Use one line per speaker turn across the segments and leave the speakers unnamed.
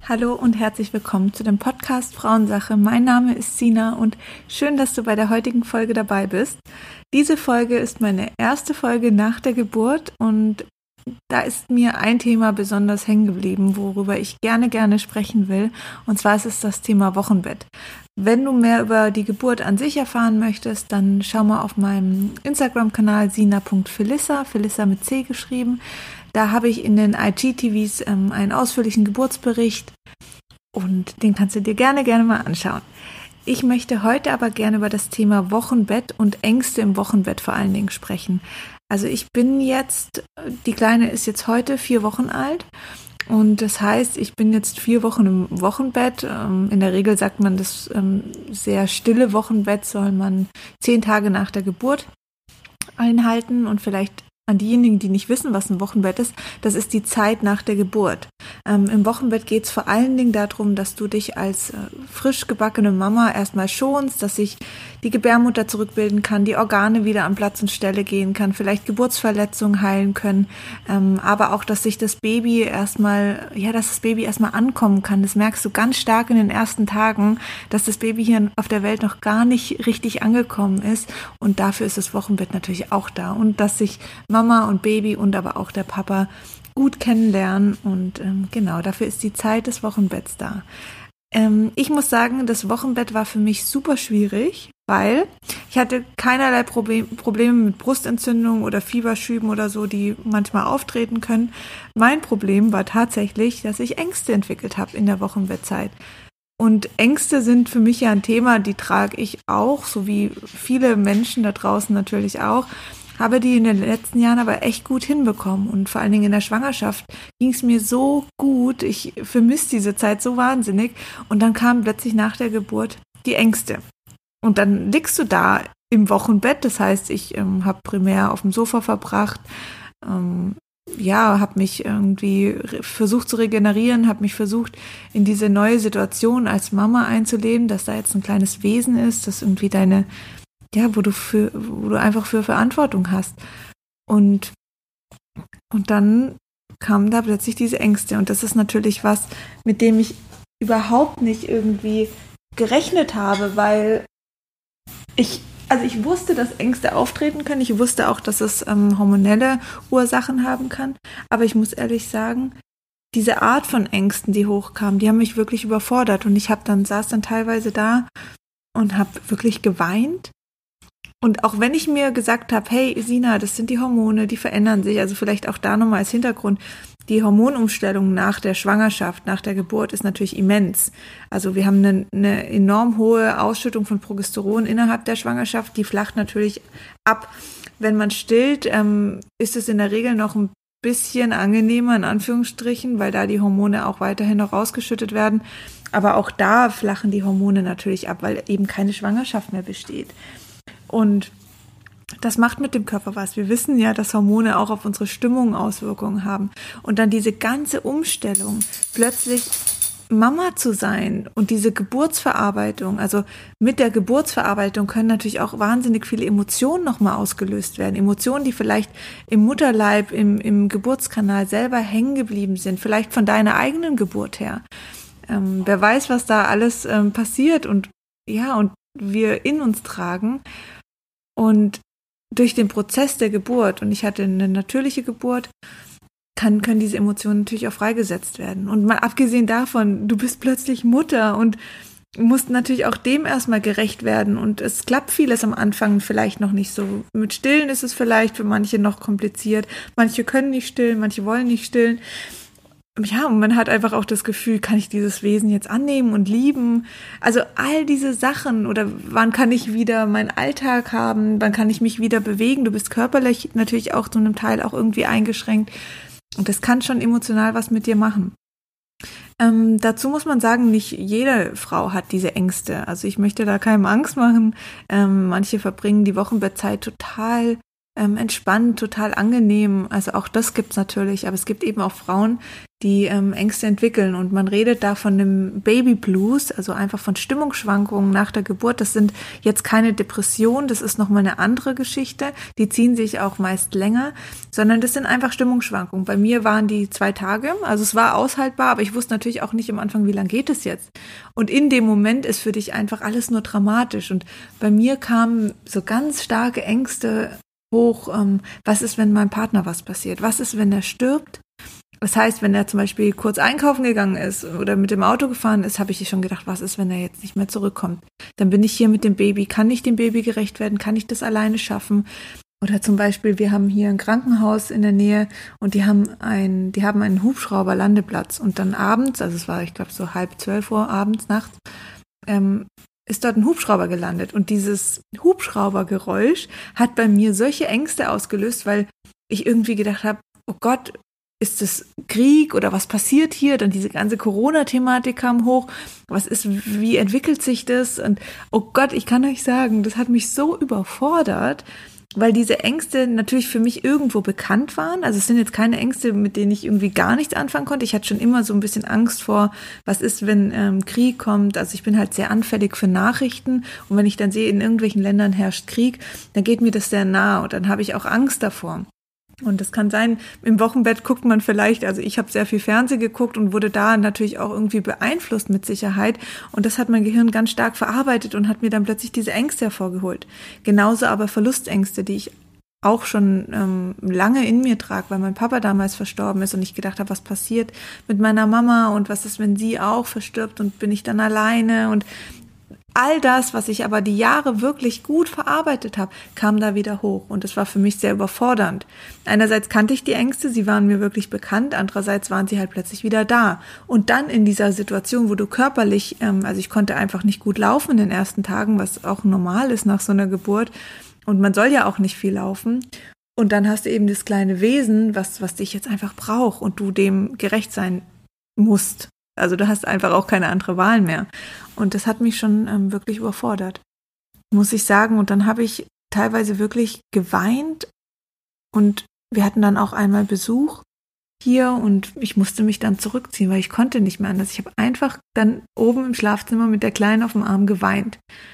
Hallo und herzlich willkommen zu dem Podcast Frauensache. Mein Name ist Sina und schön, dass du bei der heutigen Folge dabei bist. Diese Folge ist meine erste Folge nach der Geburt und da ist mir ein Thema besonders hängen geblieben, worüber ich gerne sprechen will. Und zwar ist es das Thema Wochenbett. Wenn du mehr über die Geburt an sich erfahren möchtest, dann schau mal auf meinem Instagram-Kanal sina.felissa, Felissa mit C geschrieben. Da habe ich in den IGTVs einen ausführlichen Geburtsbericht und den kannst du dir gerne mal anschauen. Ich möchte heute aber gerne über das Thema Wochenbett und Ängste im Wochenbett vor allen Dingen sprechen. Also ich bin jetzt, die Kleine ist jetzt heute 4 Wochen alt und das heißt, ich bin jetzt 4 Wochen im Wochenbett. In der Regel sagt man, das sehr stille Wochenbett soll man 10 Tage nach der Geburt einhalten und vielleicht an diejenigen, die nicht wissen, was ein Wochenbett ist, das ist die Zeit nach der Geburt. Im Wochenbett geht es vor allen Dingen darum, dass du dich als frisch gebackene Mama erstmal schonst, dass sich die Gebärmutter zurückbilden kann, die Organe wieder an Platz und Stelle gehen kann, vielleicht Geburtsverletzungen heilen können, aber auch, dass sich das Baby erstmal ankommen kann. Das merkst du ganz stark in den ersten Tagen, dass das Baby hier auf der Welt noch gar nicht richtig angekommen ist und dafür ist das Wochenbett natürlich auch da und dass sich Mama und Baby und aber auch der Papa gut kennenlernen und genau, dafür ist die Zeit des Wochenbetts da. Ich muss sagen, das Wochenbett war für mich super schwierig, weil ich hatte keinerlei Probleme mit Brustentzündung oder Fieberschüben oder so, die manchmal auftreten können. Mein Problem war tatsächlich, dass ich Ängste entwickelt habe in der Wochenbettzeit. Und Ängste sind für mich ja ein Thema, die trage ich auch, so wie viele Menschen da draußen natürlich auch. Habe die in den letzten Jahren aber echt gut hinbekommen und vor allen Dingen in der Schwangerschaft ging es mir so gut, ich vermisse diese Zeit so wahnsinnig und dann kamen plötzlich nach der Geburt die Ängste und dann liegst du da im Wochenbett, das heißt, ich habe primär auf dem Sofa verbracht, habe mich irgendwie versucht zu regenerieren, habe mich versucht in diese neue Situation als Mama einzuleben, dass da jetzt ein kleines Wesen ist, das irgendwie wo du einfach für Verantwortung hast. Und dann kamen da plötzlich diese Ängste. Und das ist natürlich was, mit dem ich überhaupt nicht irgendwie gerechnet habe, weil ich wusste, dass Ängste auftreten können. Ich wusste auch, dass es hormonelle Ursachen haben kann. Aber ich muss ehrlich sagen, diese Art von Ängsten, die hochkamen, die haben mich wirklich überfordert. Und ich saß dann teilweise da und habe wirklich geweint. Und auch wenn ich mir gesagt habe, hey Sina, das sind die Hormone, die verändern sich, also vielleicht auch da nochmal als Hintergrund, die Hormonumstellung nach der Schwangerschaft, nach der Geburt ist natürlich immens. Also wir haben eine enorm hohe Ausschüttung von Progesteron innerhalb der Schwangerschaft, die flacht natürlich ab. Wenn man stillt, ist es in der Regel noch ein bisschen angenehmer, in Anführungsstrichen, weil da die Hormone auch weiterhin noch ausgeschüttet werden. Aber auch da flachen die Hormone natürlich ab, weil eben keine Schwangerschaft mehr besteht. Und das macht mit dem Körper was. Wir wissen ja, dass Hormone auch auf unsere Stimmung Auswirkungen haben. Und dann diese ganze Umstellung, plötzlich Mama zu sein und diese Geburtsverarbeitung, also mit der Geburtsverarbeitung können natürlich auch wahnsinnig viele Emotionen nochmal ausgelöst werden. Emotionen, die vielleicht im Mutterleib, im Geburtskanal selber hängen geblieben sind, vielleicht von deiner eigenen Geburt her. Wer weiß, was da alles passiert und wir in uns tragen. Und durch den Prozess der Geburt, und ich hatte eine natürliche Geburt, können diese Emotionen natürlich auch freigesetzt werden. Und mal abgesehen davon, du bist plötzlich Mutter und musst natürlich auch dem erstmal gerecht werden. Und es klappt vieles am Anfang vielleicht noch nicht so. Mit Stillen ist es vielleicht für manche noch kompliziert. Manche können nicht stillen, manche wollen nicht stillen. Ja, und man hat einfach auch das Gefühl, kann ich dieses Wesen jetzt annehmen und lieben? Also all diese Sachen oder wann kann ich wieder meinen Alltag haben? Wann kann ich mich wieder bewegen? Du bist körperlich natürlich auch zu einem Teil auch irgendwie eingeschränkt und das kann schon emotional was mit dir machen. Dazu muss man sagen, nicht jede Frau hat diese Ängste. Also ich möchte da keinem Angst machen. Manche verbringen die Wochenbettzeit total entspannt, total angenehm. Also auch das gibt's natürlich, aber es gibt eben auch Frauen, die Ängste entwickeln und man redet da von dem Baby Blues, also einfach von Stimmungsschwankungen nach der Geburt. Das sind jetzt keine Depressionen, das ist nochmal eine andere Geschichte, die ziehen sich auch meist länger, sondern das sind einfach Stimmungsschwankungen. Bei mir waren die 2 Tage, also es war aushaltbar, aber ich wusste natürlich auch nicht am Anfang, wie lange geht es jetzt. Und in dem Moment ist für dich einfach alles nur dramatisch und bei mir kamen so ganz starke Ängste hoch, was ist, wenn meinem Partner was passiert? Was ist, wenn er stirbt? Das heißt, wenn er zum Beispiel kurz einkaufen gegangen ist oder mit dem Auto gefahren ist, habe ich schon gedacht, was ist, wenn er jetzt nicht mehr zurückkommt? Dann bin ich hier mit dem Baby. Kann ich dem Baby gerecht werden? Kann ich das alleine schaffen? Oder zum Beispiel, wir haben hier ein Krankenhaus in der Nähe und die haben einen Hubschrauberlandeplatz. Und dann abends, also es war, ich glaube, so 11:30 abends, nachts, ist dort ein Hubschrauber gelandet. Und dieses Hubschraubergeräusch hat bei mir solche Ängste ausgelöst, weil ich irgendwie gedacht habe, oh Gott, ist es Krieg oder was passiert hier? Dann diese ganze Corona-Thematik kam hoch. Wie entwickelt sich das? Und oh Gott, ich kann euch sagen, das hat mich so überfordert, weil diese Ängste natürlich für mich irgendwo bekannt waren. Also es sind jetzt keine Ängste, mit denen ich irgendwie gar nichts anfangen konnte. Ich hatte schon immer so ein bisschen Angst vor, was ist, wenn Krieg kommt. Also ich bin halt sehr anfällig für Nachrichten. Und wenn ich dann sehe, in irgendwelchen Ländern herrscht Krieg, dann geht mir das sehr nah und dann habe ich auch Angst davor. Und das kann sein, im Wochenbett guckt man vielleicht, also ich habe sehr viel Fernsehen geguckt und wurde da natürlich auch irgendwie beeinflusst mit Sicherheit. Und das hat mein Gehirn ganz stark verarbeitet und hat mir dann plötzlich diese Ängste hervorgeholt. Genauso aber Verlustängste, die ich auch schon lange in mir trage, weil mein Papa damals verstorben ist und ich gedacht habe, was passiert mit meiner Mama und was ist, wenn sie auch verstirbt und bin ich dann alleine und all das, was ich aber die Jahre wirklich gut verarbeitet habe, kam da wieder hoch und es war für mich sehr überfordernd. Einerseits kannte ich die Ängste, sie waren mir wirklich bekannt, andererseits waren sie halt plötzlich wieder da. Und dann in dieser Situation, wo du körperlich, also ich konnte einfach nicht gut laufen in den ersten Tagen, was auch normal ist nach so einer Geburt und man soll ja auch nicht viel laufen. Und dann hast du eben das kleine Wesen, was dich jetzt einfach braucht und du dem gerecht sein musst. Also du hast einfach auch keine andere Wahl mehr. Und das hat mich schon wirklich überfordert, muss ich sagen. Und dann habe ich teilweise wirklich geweint und wir hatten dann auch einmal Besuch hier und ich musste mich dann zurückziehen, weil ich konnte nicht mehr anders. Ich habe einfach dann oben im Schlafzimmer mit der Kleinen auf dem Arm geweint.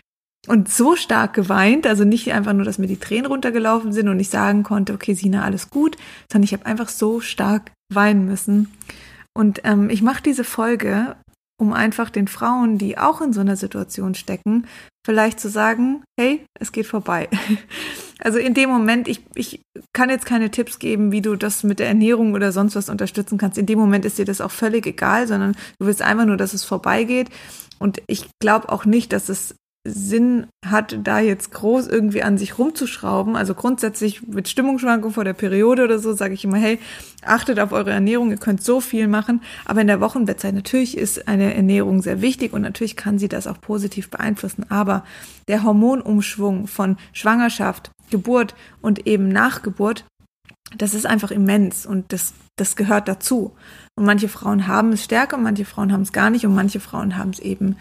Und so stark geweint, also nicht einfach nur, dass mir die Tränen runtergelaufen sind und ich sagen konnte, okay, Sina, alles gut, sondern ich habe einfach so stark weinen müssen. Und ich mache diese Folge, um einfach den Frauen, die auch in so einer Situation stecken, vielleicht zu sagen, hey, es geht vorbei. Also in dem Moment, ich kann jetzt keine Tipps geben, wie du das mit der Ernährung oder sonst was unterstützen kannst. In dem Moment ist dir das auch völlig egal, sondern du willst einfach nur, dass es vorbeigeht. Und ich glaube auch nicht, dass es Sinn hat, da jetzt groß irgendwie an sich rumzuschrauben. Also grundsätzlich mit Stimmungsschwankungen vor der Periode oder so, sage ich immer, hey, achtet auf eure Ernährung, ihr könnt so viel machen, aber in der Wochenbettzeit natürlich ist eine Ernährung sehr wichtig und natürlich kann sie das auch positiv beeinflussen, aber der Hormonumschwung von Schwangerschaft, Geburt und eben Nachgeburt, das ist einfach immens und das gehört dazu. Und manche Frauen haben es stärker, manche Frauen haben es gar nicht und manche Frauen haben es eben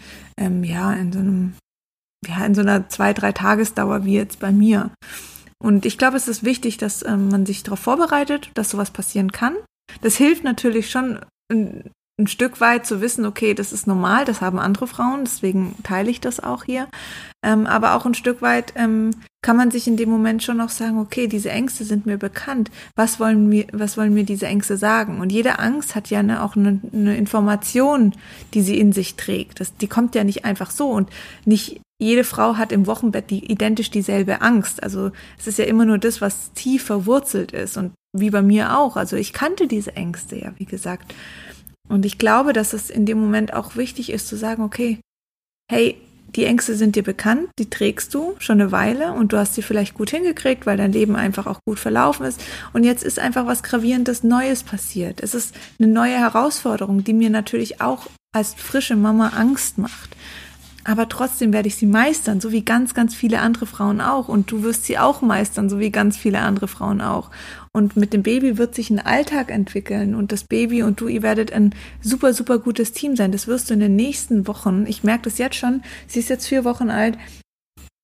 in so einer 2-3 Tagesdauer wie jetzt bei mir. Und ich glaube, es ist wichtig, dass man sich darauf vorbereitet, dass sowas passieren kann. Das hilft natürlich schon ein Stück weit zu wissen, okay, das ist normal, das haben andere Frauen, deswegen teile ich das auch hier. Aber auch ein Stück weit kann man sich in dem Moment schon auch sagen, okay, diese Ängste sind mir bekannt. Was wollen mir diese Ängste sagen? Und jede Angst hat ja auch eine Information, die sie in sich trägt. Die kommt ja nicht einfach so und nicht jede Frau hat im Wochenbett identisch dieselbe Angst. Also es ist ja immer nur das, was tief verwurzelt ist und wie bei mir auch. Also ich kannte diese Ängste ja, wie gesagt. Und ich glaube, dass es in dem Moment auch wichtig ist zu sagen, okay, hey, die Ängste sind dir bekannt, die trägst du schon eine Weile und du hast sie vielleicht gut hingekriegt, weil dein Leben einfach auch gut verlaufen ist. Und jetzt ist einfach was Gravierendes Neues passiert. Es ist eine neue Herausforderung, die mir natürlich auch als frische Mama Angst macht. Aber trotzdem werde ich sie meistern, so wie ganz, ganz viele andere Frauen auch. Und du wirst sie auch meistern, so wie ganz viele andere Frauen auch. Und mit dem Baby wird sich ein Alltag entwickeln. Und das Baby und du, ihr werdet ein super, super gutes Team sein. Das wirst du in den nächsten Wochen. Ich merke das jetzt schon. Sie ist jetzt 4 Wochen alt.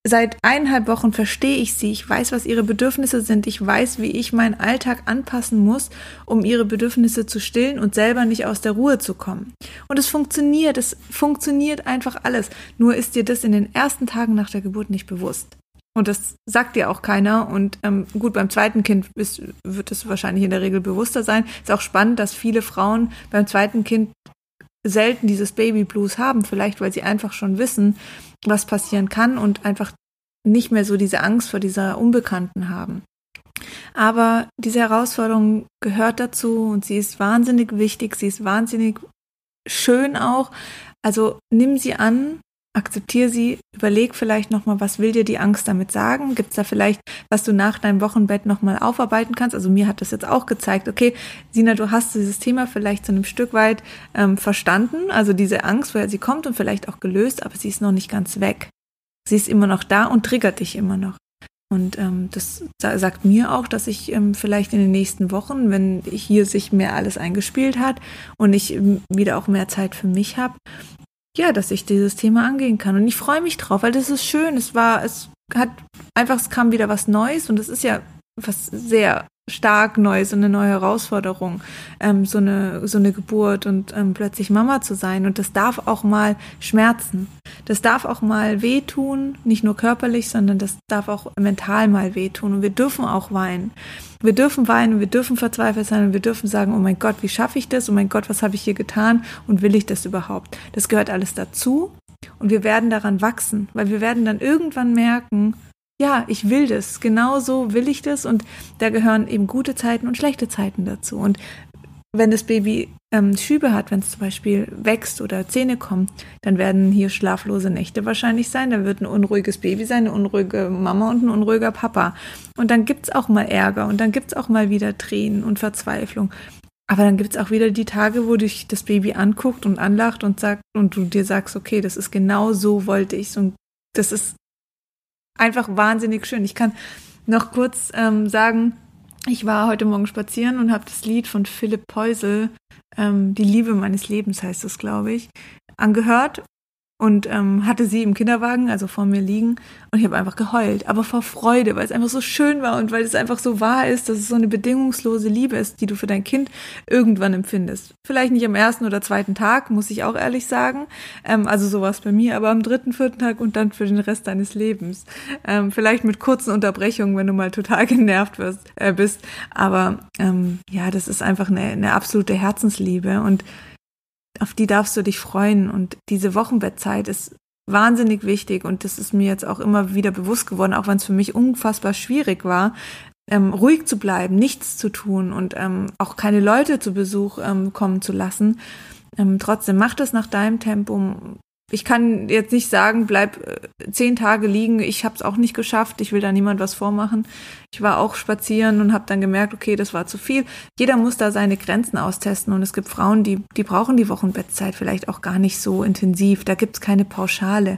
seit 1,5 Wochen verstehe ich sie, ich weiß, was ihre Bedürfnisse sind, ich weiß, wie ich meinen Alltag anpassen muss, um ihre Bedürfnisse zu stillen und selber nicht aus der Ruhe zu kommen. Und es funktioniert einfach alles. Nur ist dir das in den ersten Tagen nach der Geburt nicht bewusst. Und das sagt dir auch keiner. Und gut, beim zweiten Kind wird es wahrscheinlich in der Regel bewusster sein. Ist auch spannend, dass viele Frauen beim zweiten Kind selten dieses Baby Blues haben, vielleicht weil sie einfach schon wissen, was passieren kann und einfach nicht mehr so diese Angst vor dieser Unbekannten haben. Aber diese Herausforderung gehört dazu und sie ist wahnsinnig wichtig, sie ist wahnsinnig schön auch. Also nimm sie an, akzeptiere sie, überleg vielleicht nochmal, was will dir die Angst damit sagen? Gibt es da vielleicht, was du nach deinem Wochenbett nochmal aufarbeiten kannst? Also mir hat das jetzt auch gezeigt, okay, Sina, du hast dieses Thema vielleicht zu einem Stück weit verstanden, also diese Angst, woher sie kommt und vielleicht auch gelöst, aber sie ist noch nicht ganz weg. Sie ist immer noch da und triggert dich immer noch. Und das sagt mir auch, dass ich vielleicht in den nächsten Wochen, wenn hier sich mehr alles eingespielt hat und ich wieder auch mehr Zeit für mich habe, ja, dass ich dieses Thema angehen kann. Und ich freue mich drauf, weil das ist schön. Es kam wieder was Neues und es ist ja was sehr stark Neues und eine neue Herausforderung, so eine Geburt und plötzlich Mama zu sein. Und das darf auch mal schmerzen. Das darf auch mal wehtun, nicht nur körperlich, sondern das darf auch mental mal wehtun. Und wir dürfen auch weinen. Wir dürfen weinen, wir dürfen verzweifelt sein und wir dürfen sagen, oh mein Gott, wie schaffe ich das? Oh mein Gott, was habe ich hier getan? Und will ich das überhaupt? Das gehört alles dazu und wir werden daran wachsen, weil wir werden dann irgendwann merken, ja, ich will das, genau so will ich das und da gehören eben gute Zeiten und schlechte Zeiten dazu. Und wenn das Baby Schübe hat, wenn es zum Beispiel wächst oder Zähne kommen, dann werden hier schlaflose Nächte wahrscheinlich sein, da wird ein unruhiges Baby sein, eine unruhige Mama und ein unruhiger Papa. Und dann gibt's auch mal Ärger und dann gibt's auch mal wieder Tränen und Verzweiflung. Aber dann gibt's auch wieder die Tage, wo dich das Baby anguckt und anlacht und sagt und du dir sagst, okay, das ist genau so wollte ich's und das ist einfach wahnsinnig schön. Ich kann noch kurz sagen, ich war heute Morgen spazieren und habe das Lied von Philipp Poisel, Die Liebe meines Lebens heißt es, glaube ich, angehört und hatte sie im Kinderwagen, also vor mir liegen und ich habe einfach geheult, aber vor Freude, weil es einfach so schön war und weil es einfach so wahr ist, dass es so eine bedingungslose Liebe ist, die du für dein Kind irgendwann empfindest. Vielleicht nicht am 1. oder 2. Tag, muss ich auch ehrlich sagen, also sowas bei mir, aber am 3., 4. Tag und dann für den Rest deines Lebens. Vielleicht mit kurzen Unterbrechungen, wenn du mal total genervt bist, aber ja, das ist einfach eine absolute Herzensliebe und auf die darfst du dich freuen und diese Wochenbettzeit ist wahnsinnig wichtig und das ist mir jetzt auch immer wieder bewusst geworden, auch wenn es für mich unfassbar schwierig war, ruhig zu bleiben, nichts zu tun und auch keine Leute zu Besuch kommen zu lassen. Trotzdem, mach das nach deinem Tempo. Ich kann jetzt nicht sagen, bleib 10 Tage liegen. Ich habe es auch nicht geschafft. Ich will da niemand was vormachen. Ich war auch spazieren und habe dann gemerkt, okay, das war zu viel. Jeder muss da seine Grenzen austesten. Und es gibt Frauen, die brauchen die Wochenbettzeit vielleicht auch gar nicht so intensiv. Da gibt's keine Pauschale.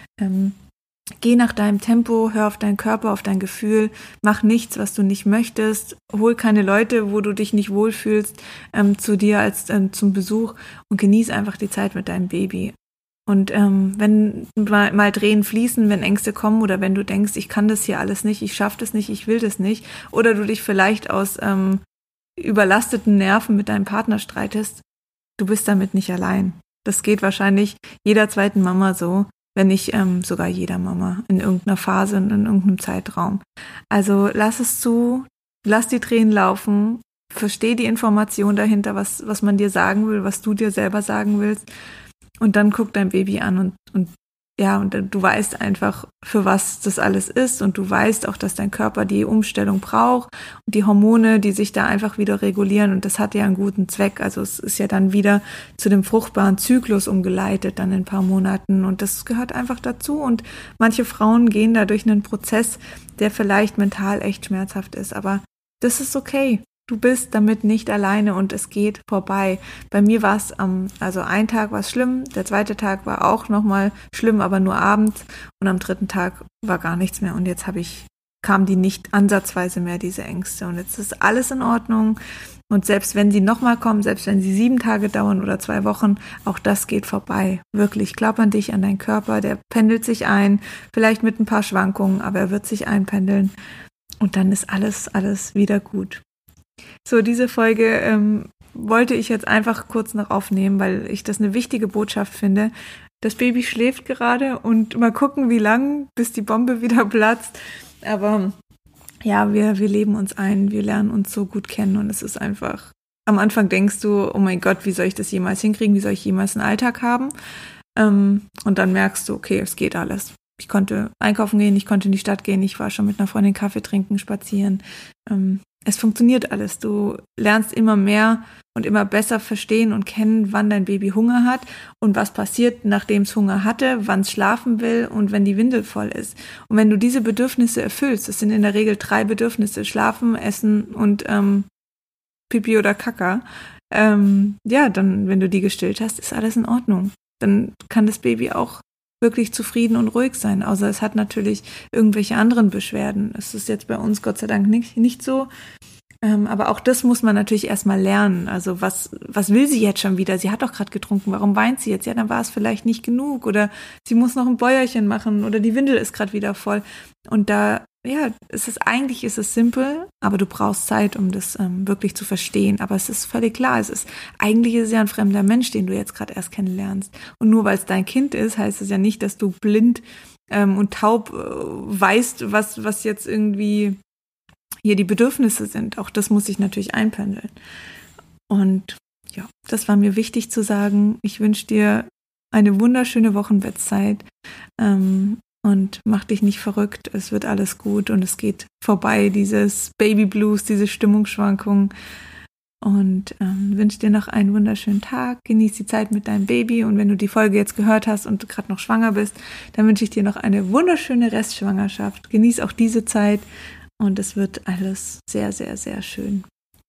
Geh nach deinem Tempo, hör auf deinen Körper, auf dein Gefühl. Mach nichts, was du nicht möchtest. Hol keine Leute, wo du dich nicht wohlfühlst, zu dir als zum Besuch. Und genieß einfach die Zeit mit deinem Baby. Und wenn mal Tränen fließen, wenn Ängste kommen oder wenn du denkst, ich kann das hier alles nicht, ich schaffe das nicht, ich will das nicht, oder du dich vielleicht aus überlasteten Nerven mit deinem Partner streitest, du bist damit nicht allein. Das geht wahrscheinlich jeder zweiten Mama so, wenn nicht sogar jeder Mama in irgendeiner Phase und in irgendeinem Zeitraum. Also lass es zu, lass die Tränen laufen, versteh die Information dahinter, was man dir sagen will, was du dir selber sagen willst. Und dann guck dein Baby an und du weißt einfach, für was das alles ist und du weißt auch, dass dein Körper die Umstellung braucht und die Hormone, die sich da einfach wieder regulieren und das hat ja einen guten Zweck. Also es ist ja dann wieder zu dem fruchtbaren Zyklus umgeleitet dann in ein paar Monaten und das gehört einfach dazu und manche Frauen gehen da durch einen Prozess, der vielleicht mental echt schmerzhaft ist, aber das ist okay. Du bist damit nicht alleine und es geht vorbei. Bei mir war es, also ein Tag war es schlimm, der 2. Tag war auch nochmal schlimm, aber nur abends und am 3. Tag war gar nichts mehr und jetzt habe ich kamen die nicht ansatzweise mehr, diese Ängste. Und jetzt ist alles in Ordnung. Und selbst wenn sie nochmal kommen, selbst wenn sie 7 Tage dauern oder 2 Wochen, auch das geht vorbei. Wirklich, glaub an dich, an deinen Körper, der pendelt sich ein, vielleicht mit ein paar Schwankungen, aber er wird sich einpendeln. Und dann ist alles wieder gut. So, diese Folge wollte ich jetzt einfach kurz noch aufnehmen, weil ich das eine wichtige Botschaft finde. Das Baby schläft gerade und mal gucken, wie lang, bis die Bombe wieder platzt. Aber ja, wir leben uns ein, wir lernen uns so gut kennen und es ist einfach, am Anfang denkst du, oh mein Gott, wie soll ich das jemals hinkriegen, wie soll ich jemals einen Alltag haben? Und dann merkst du, okay, es geht alles. Ich konnte einkaufen gehen, ich konnte in die Stadt gehen, ich war schon mit einer Freundin Kaffee trinken, spazieren. Es funktioniert alles. Du lernst immer mehr und immer besser verstehen und kennen, wann dein Baby Hunger hat und was passiert, nachdem es Hunger hatte, wann es schlafen will und wenn die Windel voll ist. Und wenn du diese Bedürfnisse erfüllst, das sind in der Regel 3 Bedürfnisse, Schlafen, Essen und Pipi oder Kaka, dann, wenn du die gestillt hast, ist alles in Ordnung. Dann kann das Baby auch wirklich zufrieden und ruhig sein, außer es hat natürlich irgendwelche anderen Beschwerden. Es ist jetzt bei uns Gott sei Dank nicht so, aber auch das muss man natürlich erstmal lernen. Also was will sie jetzt schon wieder? Sie hat doch gerade getrunken, warum weint sie jetzt? Ja, dann war es vielleicht nicht genug oder sie muss noch ein Bäuerchen machen oder die Windel ist gerade wieder voll. Und da, eigentlich ist es simpel, aber du brauchst Zeit, um das wirklich zu verstehen. Aber es ist völlig klar, eigentlich ist es ja ein fremder Mensch, den du jetzt gerade erst kennenlernst. Und nur weil es dein Kind ist, heißt es ja nicht, dass du blind und taub weißt, was jetzt irgendwie hier die Bedürfnisse sind. Auch das muss ich natürlich einpendeln. Und ja, das war mir wichtig zu sagen. Ich wünsche dir eine wunderschöne Wochenbettzeit. Und mach dich nicht verrückt, es wird alles gut und es geht vorbei, dieses Baby Blues, diese Stimmungsschwankungen. Und wünsche dir noch einen wunderschönen Tag, genieß die Zeit mit deinem Baby und wenn du die Folge jetzt gehört hast und gerade noch schwanger bist, dann wünsche ich dir noch eine wunderschöne Restschwangerschaft. Genieß auch diese Zeit und es wird alles sehr, sehr, sehr schön.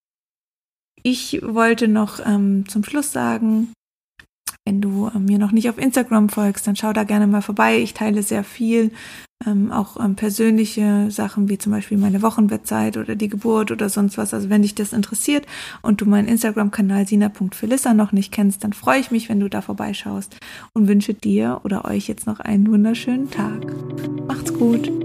Ich wollte noch zum Schluss sagen, wenn du mir noch nicht auf Instagram folgst, dann schau da gerne mal vorbei. Ich teile sehr viel, auch persönliche Sachen wie zum Beispiel meine Wochenbettzeit oder die Geburt oder sonst was. Also wenn dich das interessiert und du meinen Instagram-Kanal sina.felissa noch nicht kennst, dann freue ich mich, wenn du da vorbeischaust und wünsche dir oder euch jetzt noch einen wunderschönen Tag. Macht's gut!